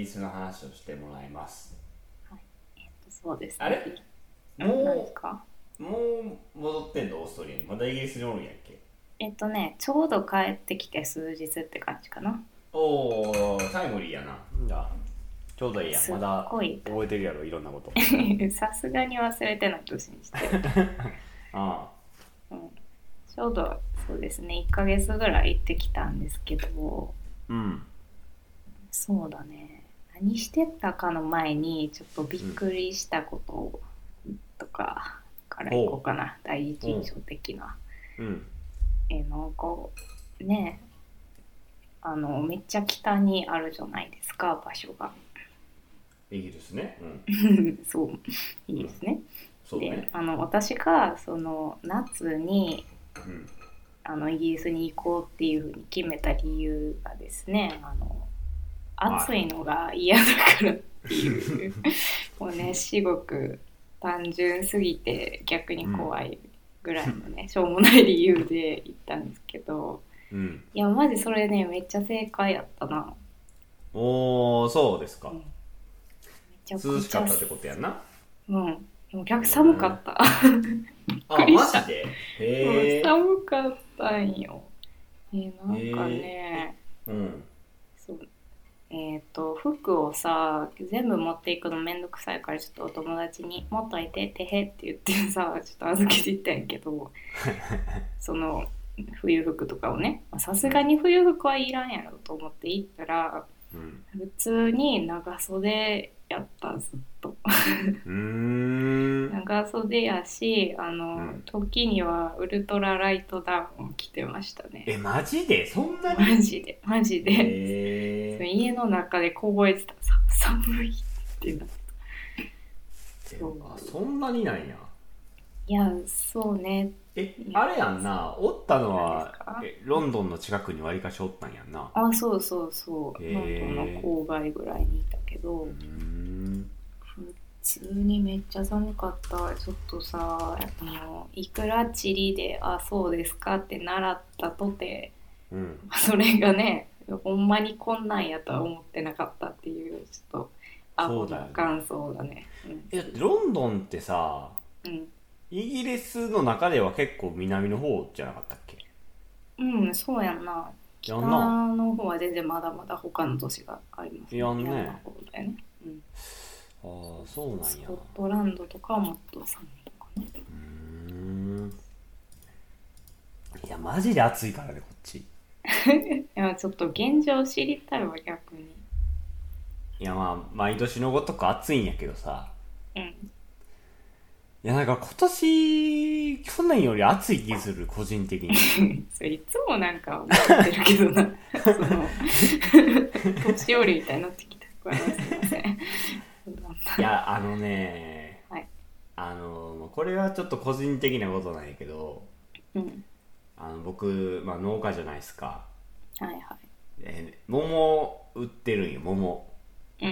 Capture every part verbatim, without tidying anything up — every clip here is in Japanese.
スの話をしてもらいます。 はい、えっとそうですね。 あれも何ですか？ うもう戻ってんの？オーストリアにまだイギリスにおるんやっけ？ えっとね、ちょうど帰ってきて数日って感じかな。 おお、タイムリーやな。じゃあちょうどいいや。 すっまだごい覚えてるやろ、いろんなこと。 さすがに忘れてないと信じてる。 あうん、ちょうどそうですね、いっかげつぐらい行ってきたんですけど、 あ、うん、 そうだね、何してたかの前にちょっとびっくりしたこととかからいこうかな。第一印象的な。 うん、 えなんかね、あのめっちゃ北にあるじゃないですか、場所が。 イギリスね。 そういうん、うん、 いですね。で、 そうね。 あの私がその夏にうん、 あのイギリスに行こうっていうふうに決めた理由がですね、あのは暑いのが嫌だからっていうもうね、至極単純すぎて逆にい。うん、 怖いぐらいのね、しょうもない理由で行ったんですけど、 うん。 いやマジそれね、めっちゃ正解やったな。 おー、そうですか。 うん、めちゃくちゃ、 涼しかったってことやんな。 うん、でも逆へ寒かー。 った。びっくあ、 りした。 マジで？ うん、 へ寒かったんよ。えー。 なんかへー。え、 ね、 うん。 そうえっと服をさ全部持っていくのめんどくさいから、ちょっとお友達に「もっといててへ」って言ってさ、ちょっと預けていったんやけど、その冬服とかをね、さすがに冬服はいらんやろと思って行ったら、 うん。 普通に長袖やった、ずっと。 うーん。 長袖やし、あのうん。 時にはウルトラライトダウンを着てましたね。 え、マジでそんなに？ マジでマジで。そう、 へ家の中で凍えてた。さ寒いってなって。 ー。え、 そう、 あ、そんなになんや。 いやそうね。 え、 いや、 あれやんな。おったの何ですは、 か？ え、ロンドンの近くにわりかしおったんやんな。 あ、そうそうそう、ロンドンのへ郊外ぐらいにいたけー。うーど、 ん。 普通にめっちゃ寒かった。ちょっとさ、あのいくら地理で「あ、そうですか」って習ったとて、 うん。 それがね、ほんまにこんなんやとは思ってなかったっていう、ちょっとアホそうだよね。 な感想だね。うん、 え、だってロンドンってさ、 うん、 イギリスの中では結構南の方じゃなかったっけ？ うん、そうやんな。北やんな。 の方は全然まだまだ他の都市がありますね。 やんね。 山の方だよね。うん。 ああ、 そうそう、 そうなんや。 スコットランドとかはもっと寒いかな。 うーん。いや、マジで暑いからね、こっち。 いや、ちょっと現状知りたいわ、逆に。 いや、まあ、毎年のごとく暑いんやけどさ。 うん。 いや、なんか今年、去年より暑い気する、個人的に。 それいつもなんか思ってるけどな。その、年寄りみたいになってきた。ごめんなさい、すいません。 いや、あのね、 はい。 あの、これはちょっと個人的なことなんやけど、 うん。 あの、僕、まあ農家じゃないですか。 はいはい。 えー桃売ってるんよ、桃。 うんうん。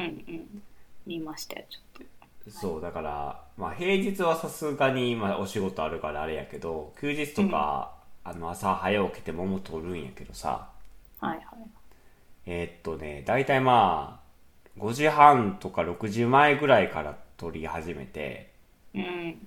見ましたよ、ちょっと。はい。 そう、だから、まあ平日はさすがに、まあお仕事あるからあれやけど、休日うん。 とか、あの、朝早起きて桃取るんやけどさ、 はいはい。 えーっとね、だいたいまあ、ごじはんとかろくじまえぐらいから取り始めて、 うん。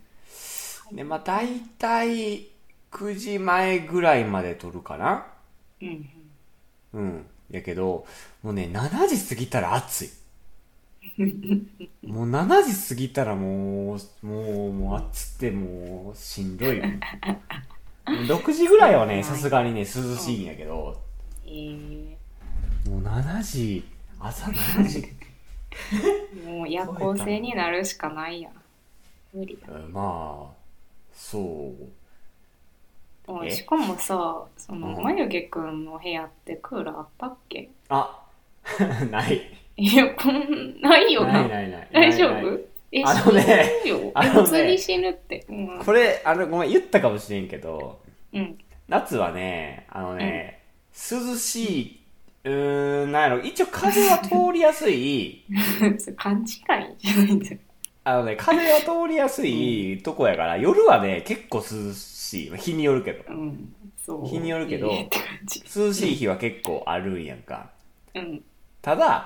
で、まあだいたいくじまえぐらいまで取るかな。 うん。 うん。やけど、もうね、しちじ過ぎたら暑い。もうしちじ過ぎたらもう、もう、もう暑くてもうしんどいよ。ろくじぐらいはね、さそうなんや。 すがにね、涼しいんうん。 やけど、 えー、 もうしちじ、朝しちじもう夜超えたら、 行性になるしかないやん。無理だ。 まあ、そう。 おい、しえかもさ、その、 うん。 眉毛くんの部屋ってクーラーあったっけ？ あ、ない。 いや、こん、ないよないな。 ないない。 大ないない。 丈夫？え、 あ死のね、 ぬよ。 あえ、普通にのね、 死ぬって。うん。 これ、あの、ごめん、言ったかもしれんけど、 うん。 夏はね、あのうん。 ね、涼しい、うーん、なんやろ、一応風は通りやすい、 それ勘違いじゃないんだよ。 あのね、風は通りやすうん。 いとこやから、夜はね、結構涼しい。日によるけど。 うん。 日によそう。ええっるけど、 て感じ。 涼しいうん。 日は結構あるんやんか。 うん。 ただ、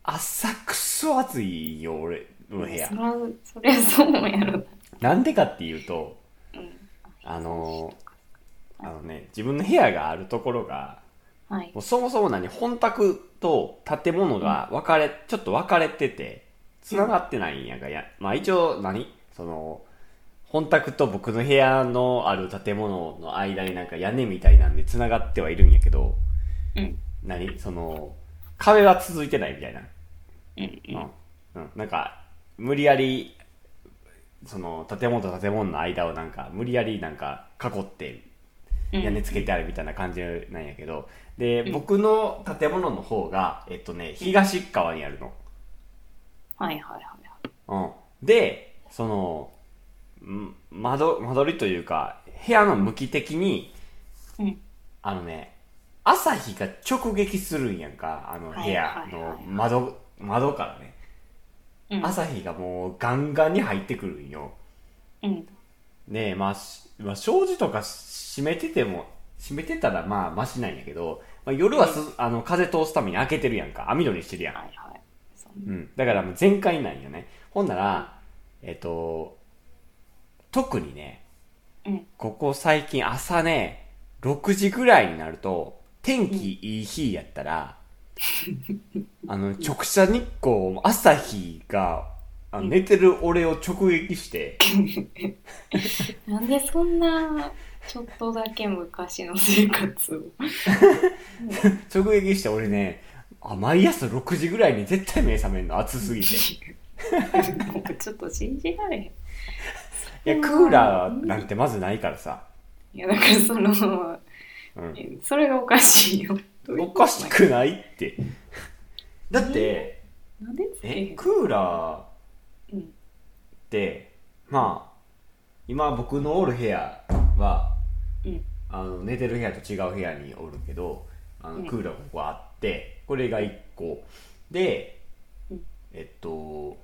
朝くそ暑いよ俺の部屋。 そらそりゃそうやろな。 なんでかっていうと、 うん。 あのあのね自分の部屋があるところがはい。 もうそもそも何本宅と建物が分かれ、ちょっと分かれてて繋がってないんやがや、まあ一応何その本宅と僕の部屋のある建物の間になんか屋根みたいなんで繋がってはいるんやけど、 うん。 何その壁は続いてないみたいな。 うんうん。 うん。うん。なんか無理やりその建物と建物の間をなんか無理やりなんか囲ってうん屋根つけてあるみたいな感じなんやけど、で、 うん。 僕の建物の方が、えっとね、東側にあるの。 はいはいはいうん。で、その、ん窓、間取りというか、部屋の向き的に、 はい。うん。 あのね、朝日が直撃するんやんか、あの部はいはい屋のはいはい。 窓、窓からね。 うん。 朝日がもうガンガンに入ってくるんよ。 うん。 ねえ、まあ、しまあ、障子とか閉めてても、閉めてたらまあマシなんやけど、まあ、夜はす、 うん。 あの風通すために開けてるやんか。網戸にしてるやん。 はいはい。そう。 うん。だからもう全開なんよね。ほんなら、えっと、特にね、 うん。 ここ最近朝ね、ろくじぐらいになると、天うん。 気いい日やったら、あの、直射日光、朝日が、あのうん。 寝てる俺を直撃して、 なんでそんなちょっとだけ昔の生活を。 直撃して俺ね、あ、毎朝ろくじぐらいに絶対目覚めんの、暑すぎて。いもうちょっと信じられへん。 や、クーラーなんてまずないからさ。 いやだからその、 うん。 それがおかしいよ。どういうおかことなんや。 しくないって。だって、 なんでつけへえ、 ん。 クーラーっうん。 て、まあ、今僕のおる部屋は、 うん。 あの、寝てる部屋と違う部屋におるけど、あの、 うん。 クーラーここあって、これがいっこ。で、 うん。 えっと、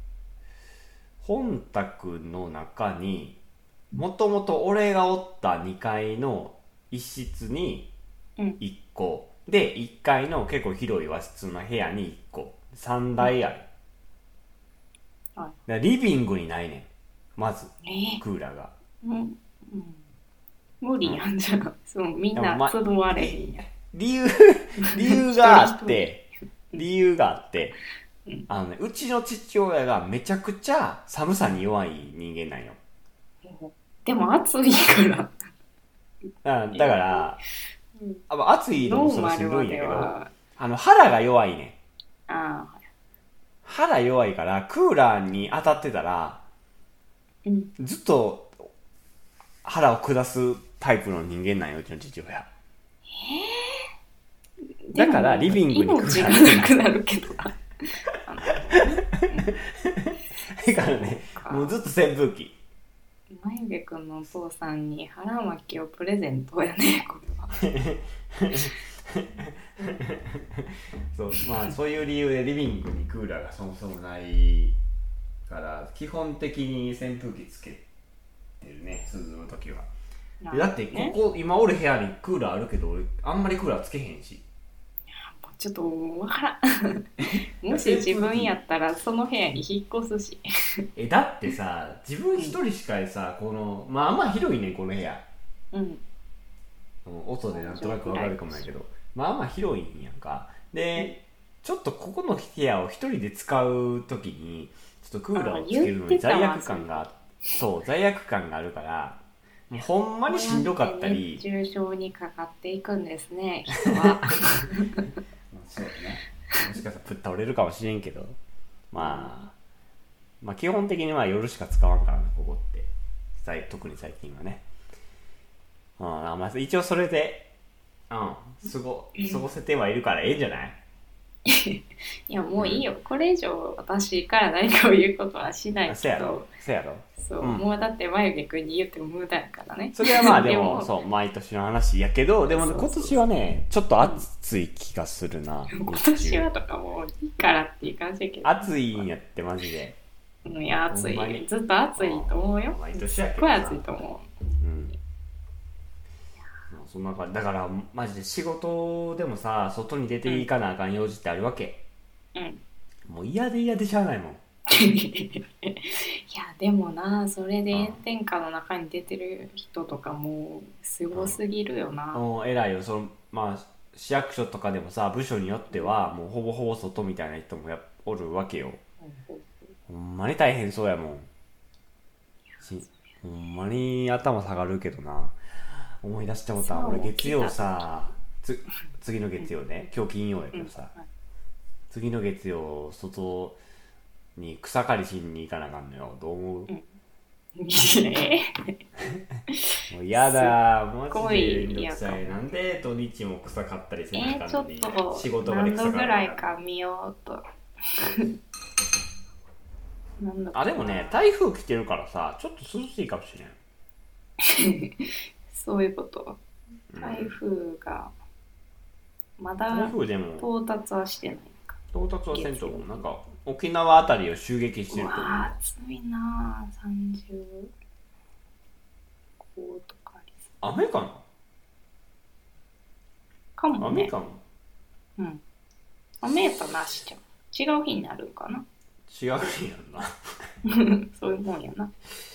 本宅の中に、もともと俺がおったにかいの一室にうん。 いっこ。で、いっかいの結構広い和室の部屋にいっこ。さんだいある。だかはらリビングにないねん。まず、 い。えクーラーが。 ー、うん。うん。無うん。 理やんじゃん。そう、みんでもま、 な集われへり、 んやん。 理由、理由一があ人一人。 って、理由があって、 うん。 あのね、うちの父親がめちゃくちゃ寒さに弱い人間なんよ。 でも暑いから。 うん、だから、 うん。 あまあ暑いのもノーそれしんどマルまいんやけど、 では、 あの、腹が弱いねん。 ああ、 腹弱いから、クーラーに当たってたら、 うん。 ずっと腹を下すタイプの人間なんよ、うちの父親。 でだからリも、 ビングにク命がーラーつけない。 なくなるけどな。あの、 だからそうね、もうか。 ずっと扇風機。 眉毛くんのお父さんに腹巻きをプレゼントやね、これは。 そう、まあそういう理由でリビングにクーラーがそもそもないから、基本的に扇風機つけてるね、涼むときは。 なるでだってほどね。 ここ、今おる部屋にクーラーあるけど、俺あんまりクーラーつけへんし。 ちょっとわからん。 いやもし扇風機、 自分やったらその部屋に引っ越すし。 え、だってさ、自分一人しかさ、この、まああんま広いねん、この部屋。 うん。 うん、音でなんとなくわかるかもやけど、まあまあ広いんやんか。 うん。 で、ちょっとここの部屋を一人で使うときに、ちょっとクーラーあ、 をつ言っけるのに罪てたわ、それ。 悪感が、そう、罪悪感があるから、もうほんまにしんどかこうやってったり、 熱中症にかかっていくんですね、人は。 まあそうだね。もしかしたらぶっ倒れるかもしれんけど、 うん。 まあ、まあ基本的には夜しか使わんからな、ここって。特に最近はね。うん、まあ一応それで、うん、過ご、過ごせてはいるからええんじゃない？ いや、もうん。 ういいよ。これ以上私から何かを言うことはしなあ、 いせやろけど、 せやろそう、 うん。 もうだって眉毛くんに言っても無駄やからね。 それはまあでも、 でも、 そう、毎年の話やけど、でもそう今そうそ年はね、ちょっとう。うん。 暑い気がするな、 今日中。 年はとかもういいからっていう感じやけどね。 暑いんやって、マジで。 うん、いや、 ほ暑い。 んまに。 ずっと暑いと思うよ。 うん。毎年すっやけどさ。 ごい暑いと思うん。そんな感じ。だから、マジで仕事でもさ、外に出う。うん。 ていかなあかん用事ってあるわけ。 うん。 もう嫌で嫌でしゃあないもん。 いやでもな、それで炎天下の中に出てる人とかもうすごすぎるよな。 もう偉いよ。そのまあ市役所とかでもさ、部署によってはもうほぼほぼ外みたいな人もやおるわけよ。ほんまに大変そうやもん。しほんまに頭下がるけどな。思い出しちゃうた。俺月曜さ、つ次の月曜ね、今日金曜やけどさ、 うん、 次の月曜外に草刈りしに行かなあかんのよ。どう思う？うん、もう嫌だ、マジでめんどくさい。なんで土日も草刈ったりせなあかんのに、 えー、ちょっと仕事場で草刈る。 何度ぐらいか見ようと。 あ、でもね、台風来てるからさ、ちょっと涼しいかもしれん。 そういうこと。台風がまだ到達はしてないか。 到達はせんとも、なんか沖縄あたりを襲撃してると思う。 うわ暑いなぁ、さんじゅうごとかありそう。 雨かなかもね。 雨かも。 うん。雨やったらなしちゃう。違う日になるかな。 違う日やんな。 そういうもんやな。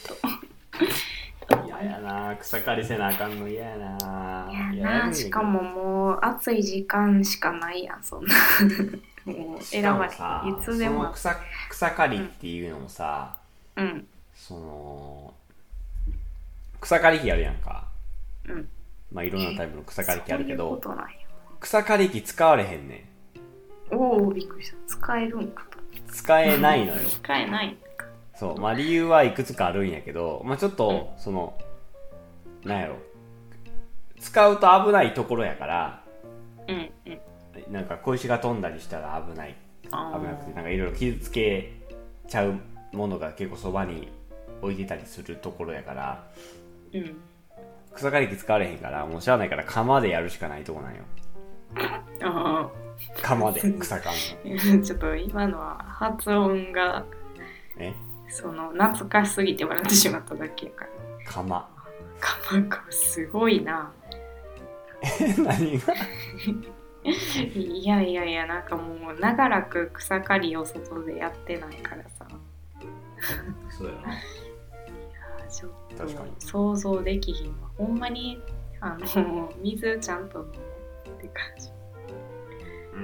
嫌やな、草刈りせなあかんの嫌やな。 いやな、しかももう暑い時間しかないやん、そんな。もう選ばれへん。いつでも。 その 草, 草刈りっていうのもさ、 うん、 その草刈り機あるやんか。 うん。 まあいろんなタイプの草刈り機あるけど、 そういうことなんや。 草刈り機使われへんねん。おお、びっくりした。使えるんかと。 使えないのよ。 使えないんか。 そう、まあ理由はいくつかあるんやけど、まあちょっと、うん、そのなんやろ、使うと危ないところやから、 うんうん、 なんか小石が飛んだりしたら危ない、危なくて、なんかいろいろ傷つけちゃうものが結構そばに置いてたりするところやから、 うん、 草刈り機使われへんから、もうしゃあないから鎌でやるしかないとこなんよ。 あ鎌で草刈るの。ちょっと今のは発音がえその懐かしすぎて笑ってしまっただけやから。 鎌鎌かすごいな。 何がいやいやいや、なんかもう長らく草刈りを外でやってないからさ。 そうやな。いやちょっと想像できひんわ。ほんまにあの水ちゃんと飲むって感じ。 うん。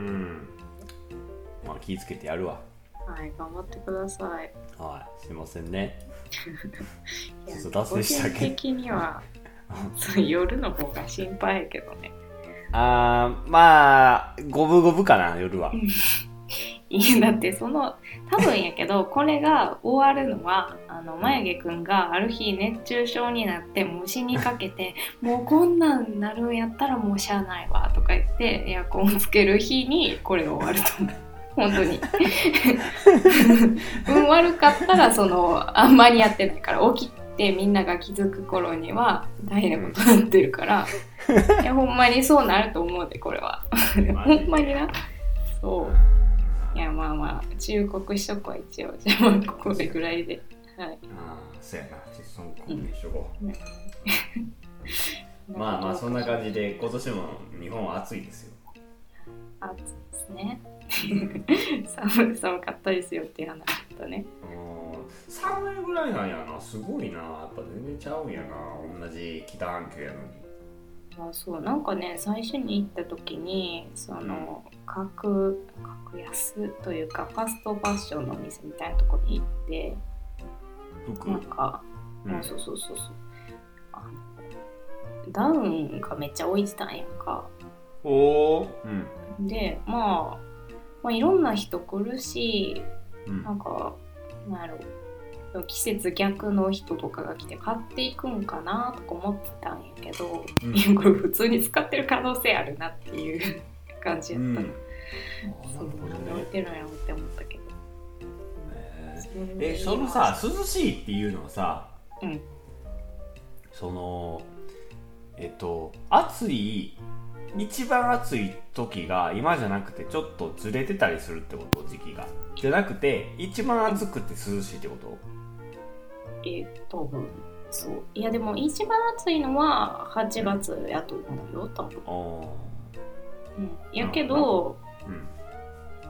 まあ気ぃつけてやるわ。 はい、頑張ってください。 はい、すいませんね。 いや、個人的には夜の方が心配やけどね。 あー、まあ五分五分かな、夜は。 いやだってその多分やけどこれが終わるのはあの眉毛くんがある日熱中症になってもう死にかけてもうこんなんなるんやったらもうしゃあないわとか言ってエアコンをつける日にこれが終わると思う。本当に運悪かったらそのあんまりやってないから起きてみんなが気づく頃には大変なことになってるからいやほんまにそうなると思うでこれはほんまにな。そういやまあまあ忠告しとくわ一応。じゃあまあこれぐらいで。はい。 ああそうやな、そのコンビしとこう、うん、まあまあそんな感じで今年も日本は暑いですよ。 暑いですね。寒, 寒かったですよっていう話だったね。 うん、寒いぐらいなんやな。すごいな。やっぱ全然ちゃうんやな、同じ北半球やのに。 あ、そうなんかね、最初に行った時にその格格安というかファストファッションのお店みたいなとこに行って、 服なんか、うん、そうそうそうそう、あのダウンがめっちゃ置いてたんやんか。 おー、 うん、で、まあ、まあいろんな人来るし、うん、なんかなんやろ、季節逆の人とかが来て買っていくんかなとか思ってたんやけど、うん、いやこれ普通に使ってる可能性あるなっていう感じやった、うん、そう何置いてるんやろって思ったけど、 えー、そのさ涼しいっていうのはさ、 うん、 そのえっと暑い一番暑い時が今じゃなくてちょっとずれてたりするってこと？時期がじゃなくて一番暑くて涼しいってこと？ えー、多分そう。いやでも一番暑いのははちがつやと思うよ多分。 あ、 うん、やけど、 うん、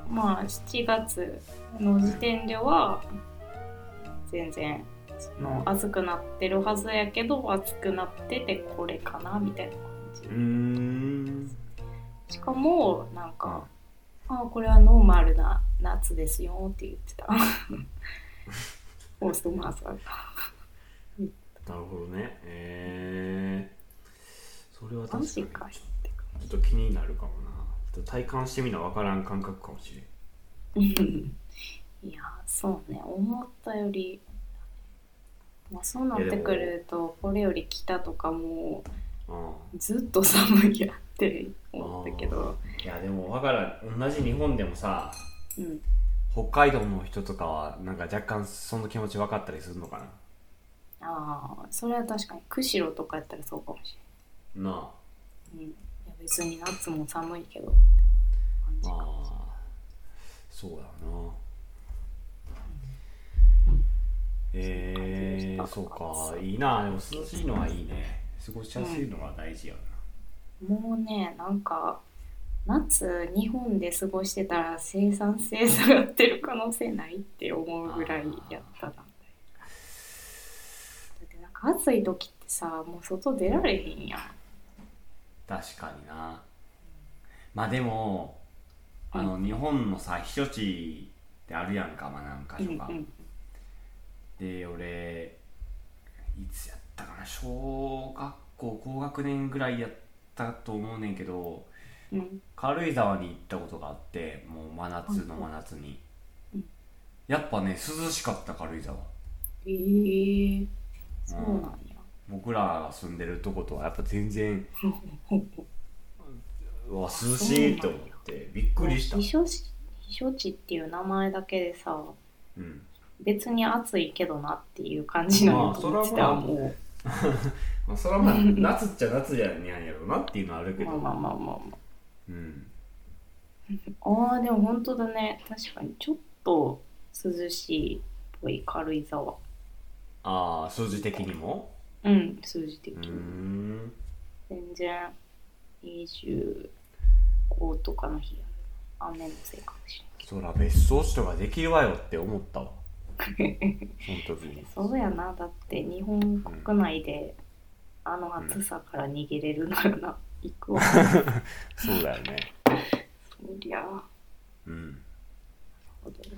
まあしちがつの時点では全然その暑くなってるはずやけど暑くなっててこれかなみたいな感じ。 うーん。 しかもなんか、うん、あこれはノーマルな夏ですよって言ってたオーストマーサーがなるほどね。えー、それは確かにマジかいってちょっと気になるかもな。ちょっと体感してみな分からん感覚かもしれん。 いやそうね思ったより、まあ、そうなってくるとこれより北とかもずっと寒いやって思ったけど、 いやでも分からん。同じ日本でもさ、 うん、 北海道の人とかはなんか若干その気持ち分かったりするのかな。 ああそれは確かに釧路とかやったらそうかもしなあ。 れない、うん、いや別に夏も寒いけどまあそうだな。えー、そうか。いいな。でも涼しいのはいいね。過ごしやすいのが大事やな、うん、もうねなんか夏日本で過ごしてたら生産性下がってる可能性ないって思うぐらいやったな。だってなんか暑い時ってさもう外出られへんやん。 確かにな。まあでもあの、うん、日本のさ避暑地ってあるやんか、まあ何か所か、うんうん、で俺いつやったかな、小学校高学年ぐらいやったと思うねんけど、うん、軽井沢に行ったことがあって、もう真夏の真夏に、うん、やっぱね涼しかった軽井沢。 えー、そうなんや、 うん、僕らが住んでるとことはやっぱ全然うわ涼しいと思ってびっくりした。 避暑地、避暑地っていう名前だけでさ、うん、別に暑いけどなっていう感じなのと思ってた。もうまあそれはまあ夏っちゃ夏じゃねやんやろなっていうのはあるけど、 まあまあまあまあまあ、うん、ああでも本当だね、確かにちょっと涼しいっぽい軽井沢。 ああ数字的にも、 うん数字的にもうん全然にじゅうごとかの日ある。雨のせいかもしれんけど。そら別荘地とかできるわよって思ったわその時に。 そうやな、だって日本国内であの暑さから逃げれるならな、うん、行くわそうだよねそりゃあうん、なるほど、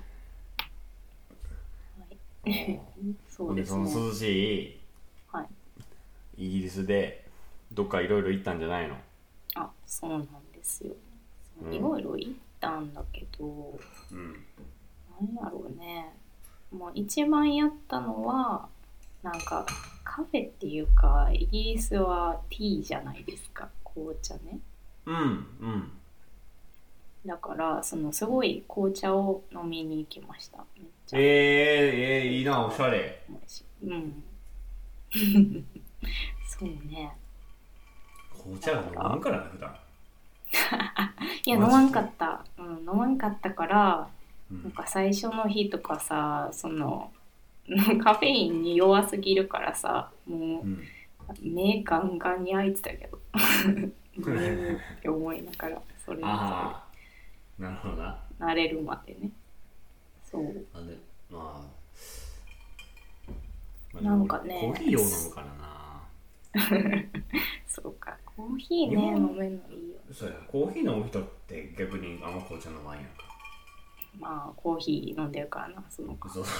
はい、そうですね。 その涼しい、はい、イギリスでどっかいろいろ行ったんじゃないの？ あ、そうなんですよ。いろいろ行ったんだけど、うん、何やろうね。もう一番やったのはなんかカフェっていうか、イギリスはティーじゃないですか、紅茶ね。 うんうんだからそのすごい紅茶を飲みに行きました。めっちゃえー、えー、いいな、おしゃれ。 うんそうね。 紅茶が飲まんからね普段いや飲まんかった、うん、飲まんかったから、うん、なんか最初の日とかさ、そのカフェインに弱すぎるからさ、もう、うん、目ガンガンに開いてたけど眠って思いながら、それにさなるほどな、 慣れるまでね。そうあで、まあ、 まあ、なんかねコーヒーを飲むからなそうか、コーヒーね飲めるのいいよ。 そうや、コーヒー飲む人って逆にあんま紅茶飲まんやんか。 まあコーヒー飲んでるからな、その子。そう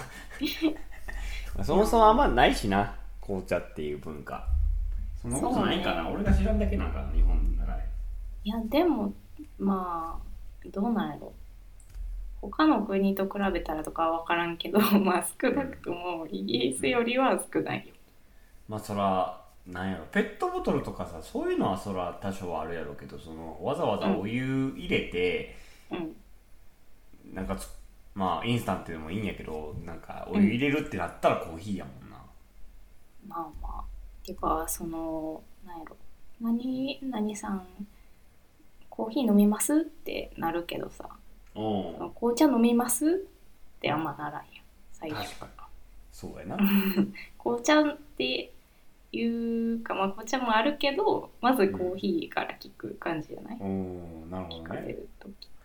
そもそもあんまないしな、紅茶っていう文化。そんなことないかな、ね、俺が知らんだけなんかな、日本の中で。 いやでもまあどうなんやろ、他の国と比べたらとかは分からんけどまあ少なくともイギリスよりは少ないよ。 まあそらなんやろ、ペットボトルとかさ、そういうのはそら多少はあるやろうけど、そのわざわざお湯入れて、うん、なんかつまあインスタントでもいいんやけど、なんかお湯入れるってなったらコーヒーやもんな、 うん、まあまあてかそのなんやろ、何何さんコーヒー飲みますってなるけどさ、紅茶飲みますってあんまならんやん最初から。 そうやな紅茶っていうか、まあ紅茶もあるけどまずコーヒーから聞く感じじゃない？ うん、おなるほどね。 聞かれる時って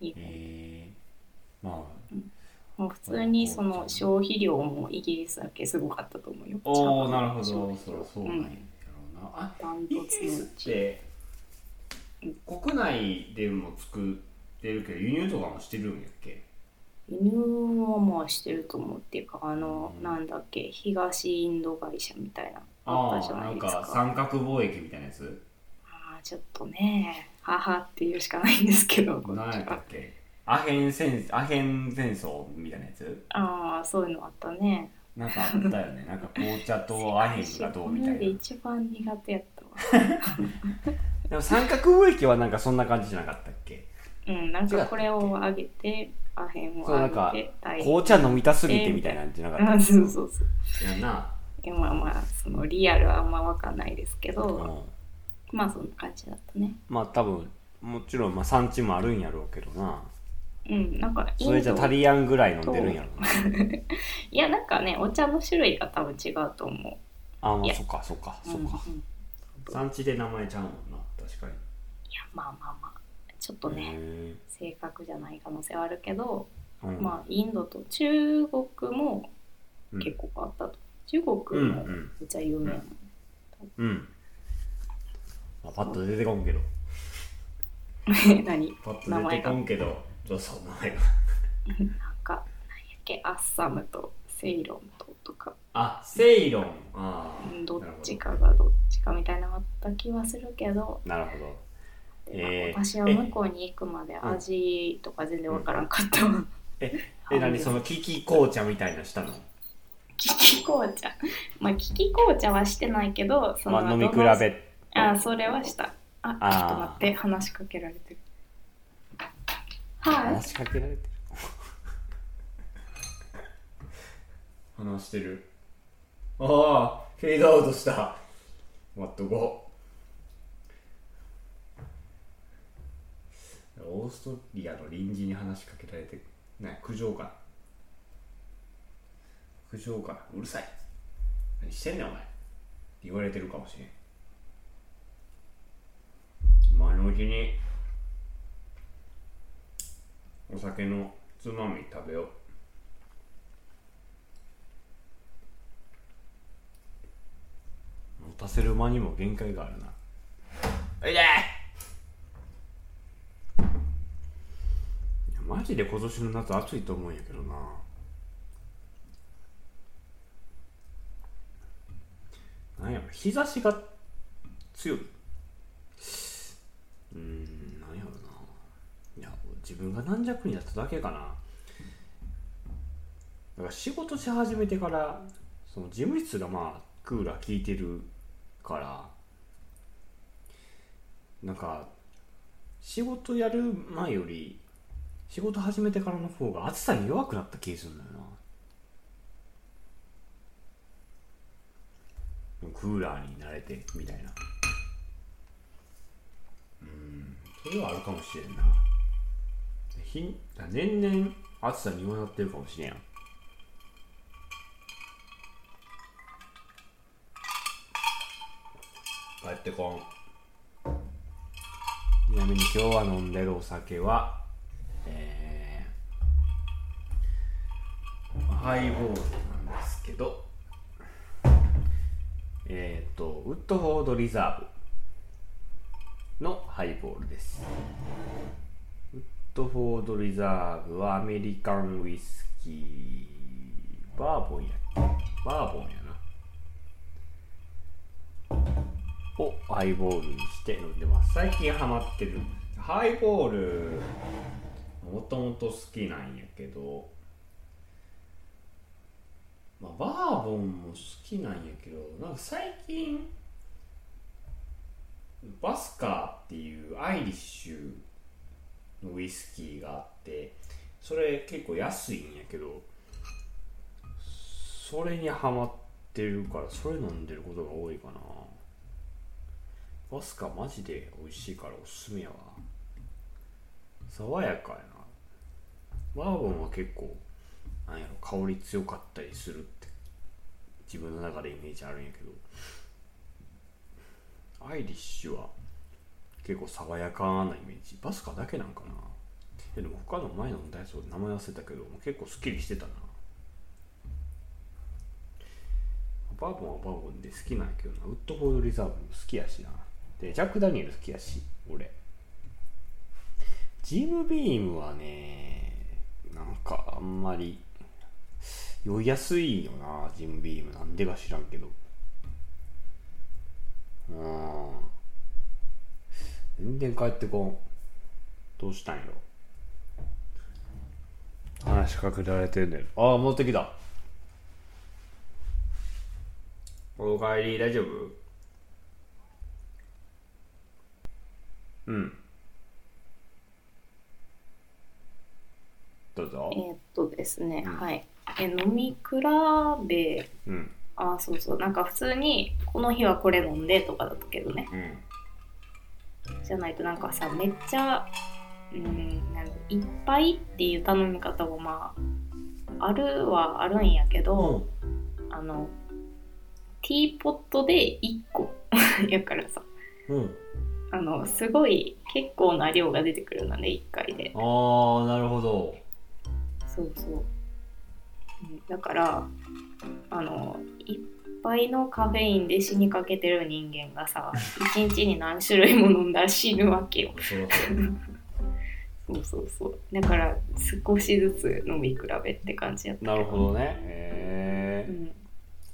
いいね。 えー、まあ、 もう普通にその消費量もイギリスだけすごかったと思うよ。 おー、なるほど、そりゃそうなんやろうな。 うん、 あ、 ダンイトツのうギリスっち。 て国内でも作ってるけど輸入とかもしてるんやっけ？ 輸入はまあしてると思うっていうか、あの、 うん、 なんだっけ、東インド会社みたいなあったじゃああ、なんないですか。 か三角貿易みたいなやつ。 ああ、ちょっとね、母っていうしかないんですけど、こっ何やちは。 ったっけ？アヘン戦アヘン戦争みたいなやつ。 ああ、そういうのあったね。 なんかあったよね。なんか紅茶世とアヘンが界史この世でどうみたいな。 一番苦手やったわ。 でも三角貿易はなんかそんな感じじゃなかったっけ？ うん、なん違ったっけ？ かこれをあげて、アヘンをそう、なあんかげて、大紅茶飲みたすぎてみたいなんじゃなかったあ、 っそうそうそう。 け？やな。 今まあ、そのリアルはあんまわかんないですけど、 うん。 まあそんな感じだったね。 まあ多分もちろんまあ産地もあるんやろうけどな。 うん、なんかイそれじゃンドタリアンぐらい飲んでるんやろうな。 いや、なんかね、お茶の種類が多分違うと思う。 あ、まいや、 あそっかそっかうんそっか。 うん。 産地で名前ちゃうもんな、確かに。 いや、まあまあまあ、ちょっとね、 へ正確じゃない可能性はあるけど、 え。うん。 まあ、インドと中国もうん。 結構変わったと。中国うんもお茶有名なの。 うん。うん。まあ、パッと出てこんけど。 何パッと出て名前が。 こんけど、そうそう、名前が。 なんか、なんやっけ、アッサムとセイロンととか、 あ、セイロン。あどっあ、なるほちかがどっちかみたいなのがあった気はするけど、 ど。なるほど。えー、 私は向こうに行くまでうん味とか全然うん。 わからんかったわ。 え、え、何そのキキ紅茶みたいなしたの？ キキ紅茶。まあ、キキ紅茶はしてないけど、そのまあ飲み比後の、 べ。 あ、それはした。あ、ちょっと待あって、話しかけられてる。 あ、 はい。 話しかけられてる。話してる。ああ、フェードアウトした。待っとこう。オーストリアの隣人に話しかけられてる。ね、苦情かな。苦情かな。うるさい。何してんねんお前。って言われてるかもしれん。前のうちにお酒のつまみ食べよう。持たせる間にも限界があるな。おいでー。マジで今年の夏暑いと思うんやけどな。なんやろ、日差しが強い。うーん、なんやろな。いや、自分が軟弱になっただけかな。だから仕事し始めてから、その事務室がまあクーラー効いてるから、なんか仕事やる前より仕事始めてからの方が暑さに弱くなった気がするんだよな。クーラーに慣れてみたいな。うーん、それはあるかもしれんな。ひ年々暑さに弱なってるかもしれんやん。帰ってこん。ちなみに今日は飲んでるお酒は、えー、ハイボールなんですけど、えっ、ー、とウッドフォードリザーブのハイボールです。ウッドフォードリザーブはアメリカンウイスキーバーボンやっけ、バーボンやなをハイボールにして飲んでます。最近ハマってるハイボール、もともと好きなんやけど、まあ、バーボンも好きなんやけど、なんか最近バスカーっていうアイリッシュのウイスキーがあって、それ結構安いんやけど、それにハマってるからそれ飲んでることが多いかな。バスカマジで美味しいからおすすめやわ。爽やかやな。バーボンは結構なんやろ、香り強かったりするって自分の中でイメージあるんやけど、アイリッシュは結構爽やかなイメージ。バスカだけなんかな。 でも他の前飲んだやつ名前忘れたけど結構すっきりしてたな。バーボンはバーボンで好きなんやけどな。ウッドフォードリザーブも好きやしな。でジャック・ダニエル好きやし俺。ジムビームはねなんかあんまり酔いやすいよな。ジムビームなんでか知らんけど。うん全然帰ってこん。どうしたんやろ。話しかけられてんねん。ああ戻ってきた。おかえり。大丈夫？うんどうぞ。 えーっとですね、 うんはい。え、飲み比べ、 うんあ、そうそう、なんか普通に、この日はこれ飲んでとかだったけどね。 うんじゃないとなんかさ、めっちゃ、うん、なんいっぱいっていう頼み方もまあ、あるはあるんやけど、あの、ティーポットでいっこやからさ、 うんあの、すごい結構な量が出てくるのね、いっかいで。 ああなるほど。 そうそう。うんだから、あの、いっぱいのカフェインで死にかけてる人間がさ、いちにちに何種類も飲んだら死ぬわけよ。 そりゃそうそうそうそう。だから少しずつ飲み比べって感じやったけど。 なるほどね。へえ、 うん。 い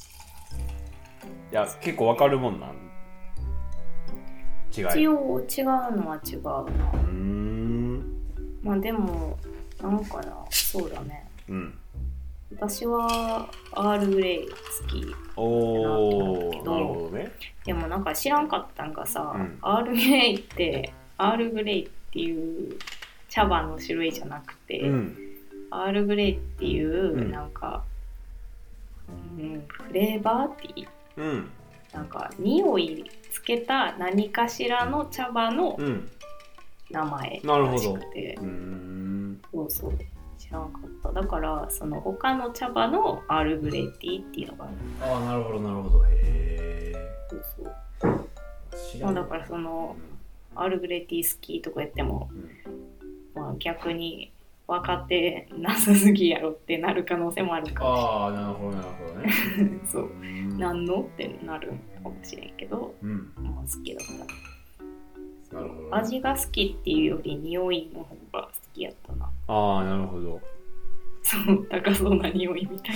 や結構わかるもんなん違い。 一応違うのは違うな。 うーんまあでも、なんかな、そうだね。 うん私はアールグレイ好き。 おーけどなるほどね。 でもなんか知らんかったんがさ、 うんアールグレイってアールグレイっていう茶葉の種類じゃなくて、 うんアールグレイっていううんなんか、うん、フレーバーティーうんなんか匂いつけた何かしらの茶葉のうん名前なるほどらしくて、 うーんそうそう知らんかった。だからその他の茶葉のアールグレイティーっていうのがある。 ああなるほどなるほど。へえそうそうまあ、 知らんわ。 だからそのアールグレイティー好きとか言っても、 うんまあ、逆に分かってなさすぎやろってなる可能性もあるかもしああなるほどなるほどね。 れないそううーん何のってなるかもしれんけど、 うんまあ、好きだったなるほどね。 味が好きっていうより匂いの方が好きやったな。 ああなるほど。 そう高そうな匂いみたい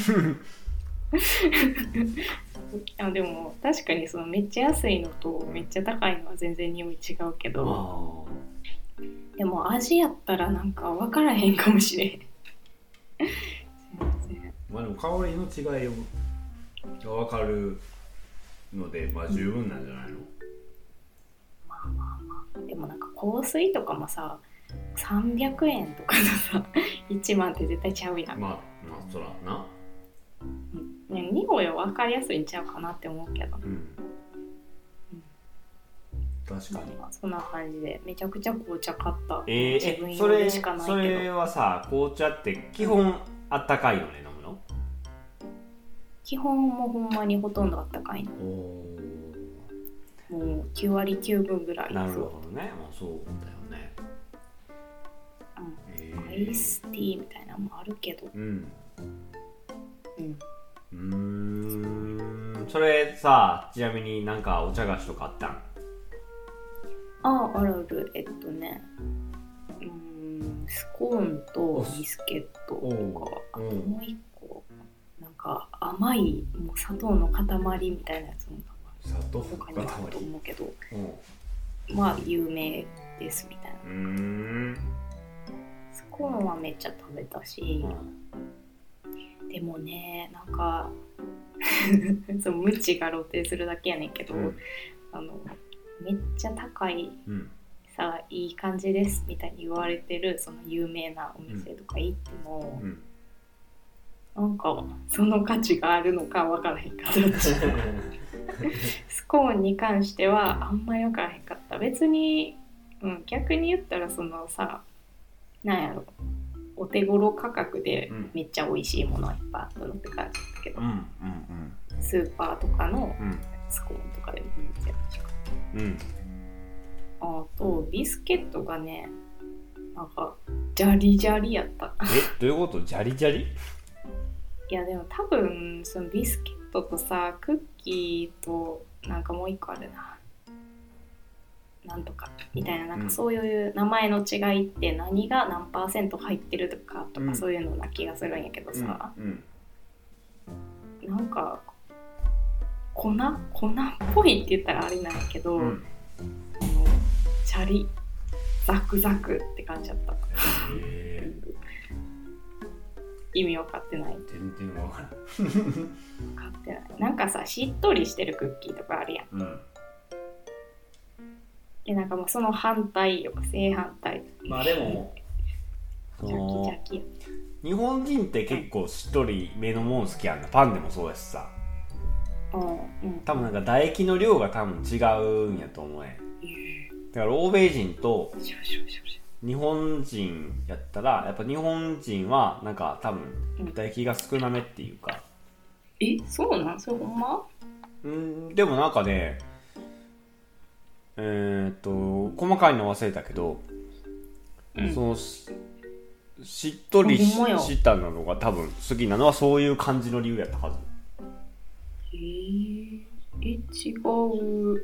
なあでも確かにそのめっちゃ安いのとめっちゃ高いのは全然匂い違うけど、 あでも味やったらなんか分からへんかもしれん全然まあでも香りの違いが分かるのでまあ十分なんじゃないの。 まあまあまあでもなんか香水とかもささんびゃくえんとかのさいちまんって絶対ちゃうやん、 まあまあそらな。 うん、ね匂いは分かりやすいんちゃうかなって思うけど、 うん確かに。 まあそんな感じでめちゃくちゃ紅茶買った。 えー、 自分用えそれでしかないけどそれはさ紅茶って基本あったかいのね飲むの？ 基本もほんまにほとんどあったかいの。 おもうきゅうわりきゅうぶんぐらい。 なるほどね。まあそうだよね。 うんえアイスティーみたいなのもあるけど、 うんうん、 うーんそれさちなみになんかお茶菓子とかあったん？ ああるあるえっとねうーんスコーンとビスケットとかあとうんもう一個なんか甘いもう砂糖の塊みたいなやつも砂糖の他にあると思うけどうんまあ有名ですみたいな。 うーんスコーンはめっちゃ食べたし、でもねなんかそう無知が露呈するだけやねんけど、 うんあのめっちゃ高いうんさいい感じですみたいに言われてるその有名なお店とか行っても、 うんなんかその価値があるのか分からへんかった私スコーンに関してはあんまり分からへんかった。別に、うん、逆に言ったらそのさなんやろお手頃価格でめっちゃ美味しいものいっぱいあったのって感じだったけど、 うんうんスーパーとかのうんスコーンとかでも全然美味しかった。 うんあとビスケットがねなんかジャリジャリやった。 え、どういうこと？ジャリジャリ？ いやでも多分そのビスケットとさクッキーとなんかもう一個あるな、なんとかみたいな、なんかそういう名前の違いって何が何パーセント入ってるとかとかそういうのな気がするんやけどさ、 うんうん、 なんか粉粉っぽいって言ったらあれなんやけど、うん、シャリザクザクって感じだった。へー、意味分かってない。 全然分からん。 分かってない。なんかさ、しっとりしてるクッキーとかあるやん。うん、でなんかもうその反対よ、正反対。 まあでもジャキジャキ。日本人って結構しっとりめのもん好きやんな。パンでもそうやしさ。うん、多分なんか唾液の量が多分違うんやと思うね。だから欧米人と日本人やったらやっぱ日本人はなんか多分唾液が少なめっていうか、 うん、え、そうなん？それほんま？ うん、でもなんかね、えー、っと細かいの忘れたけど、うん、その し, しっとり し, したのが多分好きなのはそういう感じの理由やったはず。 へー、え、違う。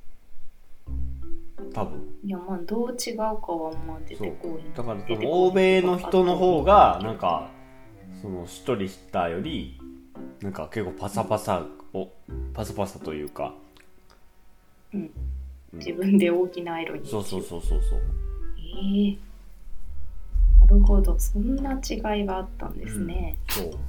多分。 いやまあどう違うかはまあ出てこい。 だからその欧米の人の方がなんかそのしっとりしたよりなんか結構パサパサをパサパサというか、 うん、うん、自分で大きな色に。 そうそうそうそうそう。 えー、なるほど、そんな違いがあったんですね。うん、そう。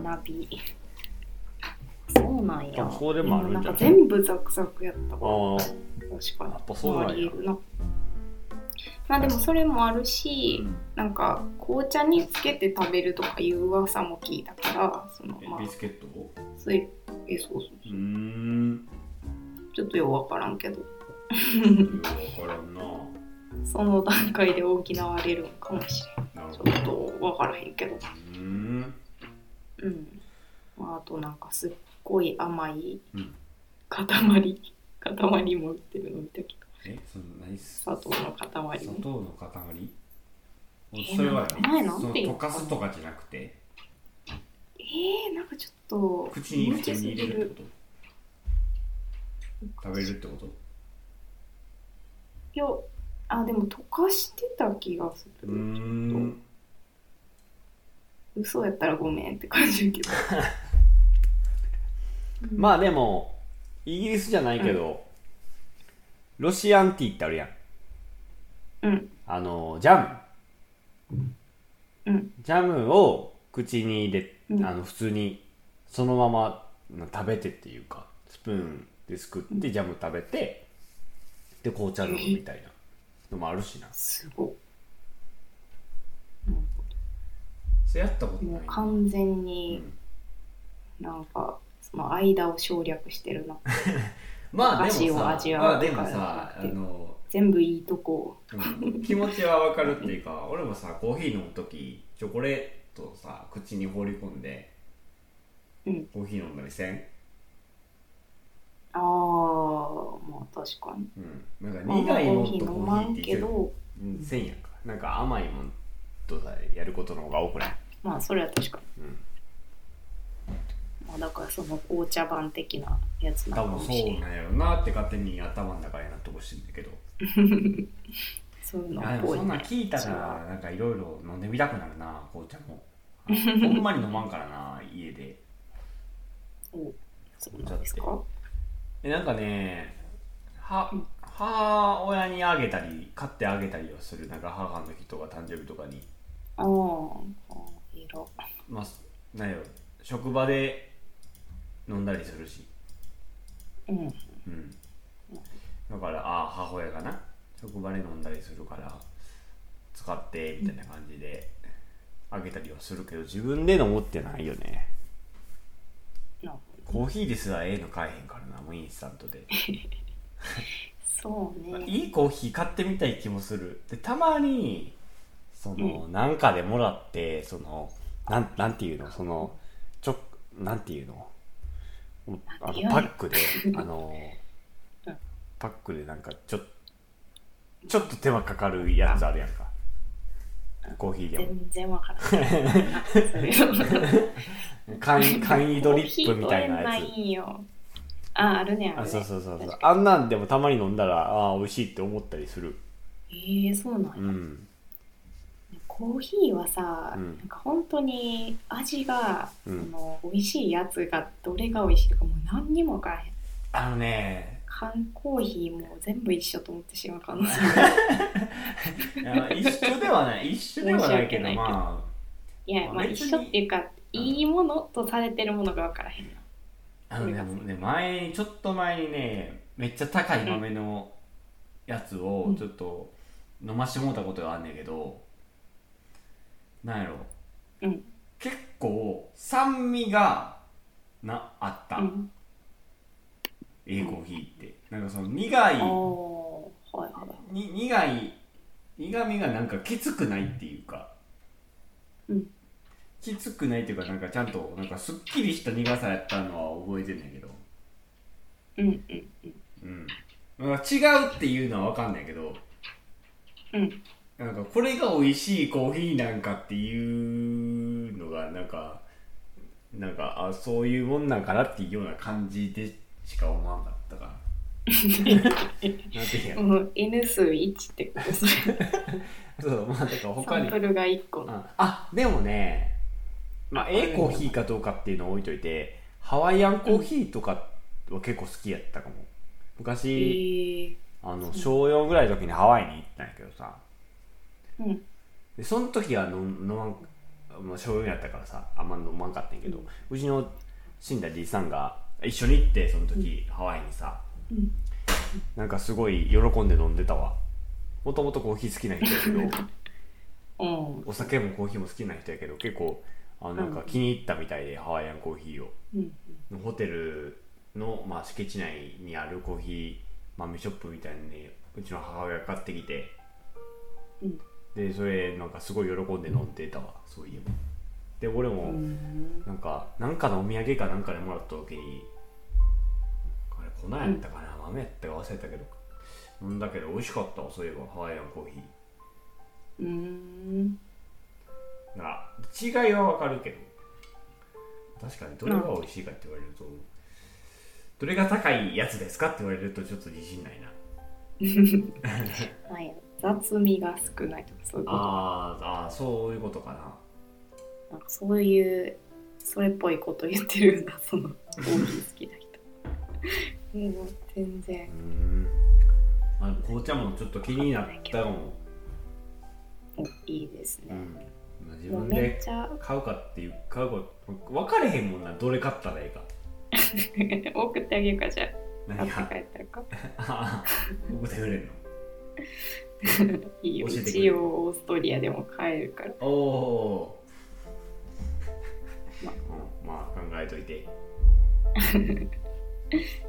学び。そうなんや。 そうでもあるんじゃない？ なんか全部ザクザクやったわ。 あ、 確かに。 やっぱそうなんや。 まあでもそれもあるし、うん、なんか紅茶につけて食べるとかいう噂も聞いたから、そのまあビスケットを？ そういう、え、そうそうそう。うーん。ちょっとよくわからんけど。よくわからんな。 その段階で補われるかもしれん。ちょっとわからへんけど。うーん。うん。まああとなんかすっごい甘い塊、うん、塊も売ってるの見たけど。 え、その何？ 砂糖の塊。 砂糖の塊？ え、 それは何？なんていうの？溶かすとかじゃなくて？ えー、なんかちょっと口に普通に入れるってこと？食べるってこと？ いや、あ、でも溶かしてた気がする。うーん。嘘やったらごめんって感じだけど。 まあでもイギリスじゃないけど、うん、ロシアンティーってあるやん。 うん。 あのジャム。 うん。 ジャムを口に入れ、 うん、 あの普通にそのまま食べてっていうかスプーンですくってジャム食べて、で紅茶飲むみたいなのもあるしな。 すごい。 それやったことない。 もう完全に、うん、なんかその間を省略してるな。 まあでもさ、 を味わうとかじゃなくて、まあ、の全部いいとこ、 うん、気持ちはわかるっていうか俺もさコーヒー飲むときチョコレートをさ口に放り込んで、うん、コーヒー飲んだりせん？ ああ、まあ確かに、 うん、なんか苦いもんとコーヒーって一緒にせんやんか。なんか甘いもんとさやることの方が多くない？ まあそれは確かに、うん、まあ、だからその紅茶版的なやつなのかもしれない。 多分そうなんやろなって勝手に頭の中で納得してるんだけどそういうのっぽい、ね、 いやでもそんなん聞いたらなんかいろいろ飲んでみたくなるな紅茶も。ほんまに飲まんからな家で。 お、そうなんですか？ え、なんかね、は母親にあげたり買ってあげたりはする。なんか母の日とか誕生日とかに。 ああ、いいろ。 まあなんやろ、職場で飲んだりするし。うん。うん。だからああ母親がな職場で飲んだりするから使ってみたいな感じであげたりはするけど、自分で飲むってないよね。コーヒーですらええの買えへんからな、もうインスタントで。 そうね。 いいコーヒー買ってみたい気もする。でたまにその、うん、なんかでもらってそのなん、なんていうのそのちょなんていうのあのパックであのパックでなんかちょちょっと手間かかるやつあるやんか。 コーヒーでも全然わからないなそれを簡易簡易ドリップみたいなやつ。 コーヒーとえんないんよ。あ、あるねあるね。 あ、そうそうそうそう。 確かあんなんでもたまに飲んだら、ああ、美味しいって思ったりする。 に。えー、そうなんや。 うん。 コーヒーはさ、 うんなんか本当に味が、 うんその美味しいやつがどれが美味しいとかもう何にも分からへん。 あのね、 缶コーヒーも全部一緒と思ってしまう可能性がいや一緒ではない、一緒ではないけど、 申し訳ないけどまいや、 あ、 まあ別に一緒っていうか、いいものとされてるものが分からへんな。 あのね、もうね前に、ちょっと前にね、めっちゃ高い豆のやつをちょっと飲ましてもらったことがあんねんけど、なんやろ、 うん結構酸味がなあった、 うんええコーヒーって。なんかその苦い、 ああはいはい。 に苦い、苦味がなんかきつくないっていうか、 うんきつくないっていうか、なんかちゃんとなんかすっきりした苦さやったのは覚えてんねんけど、 うんうんうんなんか違うっていうのは分かんないけど、 うんなんかこれが美味しいコーヒーなんかっていうのがなんかなんかあそういうもんなんかなっていうような感じでしか思わなかったからなんていうやうん。もう N 数いちってことそれ。 そうまあだからサ他にンプルがいっこの。 ああでもねまあええコーヒーかどうかっていうのを置いといてハワイアンコーヒーとかは結構好きやったかもえ昔、 ー、 あの小よんぐらいの時にハワイに行ったんやけどさうんでその時は飲飲まん、まあ、小よんやったからさあんま飲まんかったんやけど、うちの死んだじいさんが一緒に行ってその時、ハワイにさうんなんかすごい喜んで飲んでたわもともとコーヒー好きな人やけどうんお酒もコーヒーも好きな人やけど結構あなんか気に入ったみたいで、ハワイアンコーヒーをうんホテルの、まあ、敷地内にあるコーヒー豆ショップみたいなのにうちの母親が買ってきてうんでそれなんかすごい喜んで飲んでたわそういえばで俺もうんなんかなんかのお土産かなんかでもらった時にあれ粉やったかな、豆やったか忘れたけど飲んだけど美味しかったわそういえばハワイアンコーヒーうんだから違いはわかるけど確かにどれが美味しいかって言われるとどれが高いやつですかって言われるとちょっと自信ないなはい、雑味が少ないとかそういうこと。 あーあーそういうことかななんかそういうそれっぽいこと言ってるんだそのコーヒー好きな人。もう全然。 うーんあ紅茶もちょっと気になったかも、 おいいですね。 うん、自もう分でめっちゃ買うかっていう買うか分かれへんもんなどれ買ったらいいか送ってあげるかじゃあ買何がって帰ったらか。 ああ送ってくれんのいいよ教えてくれ一応オーストリアでも買えるから。 おおまうん、まあ考えといて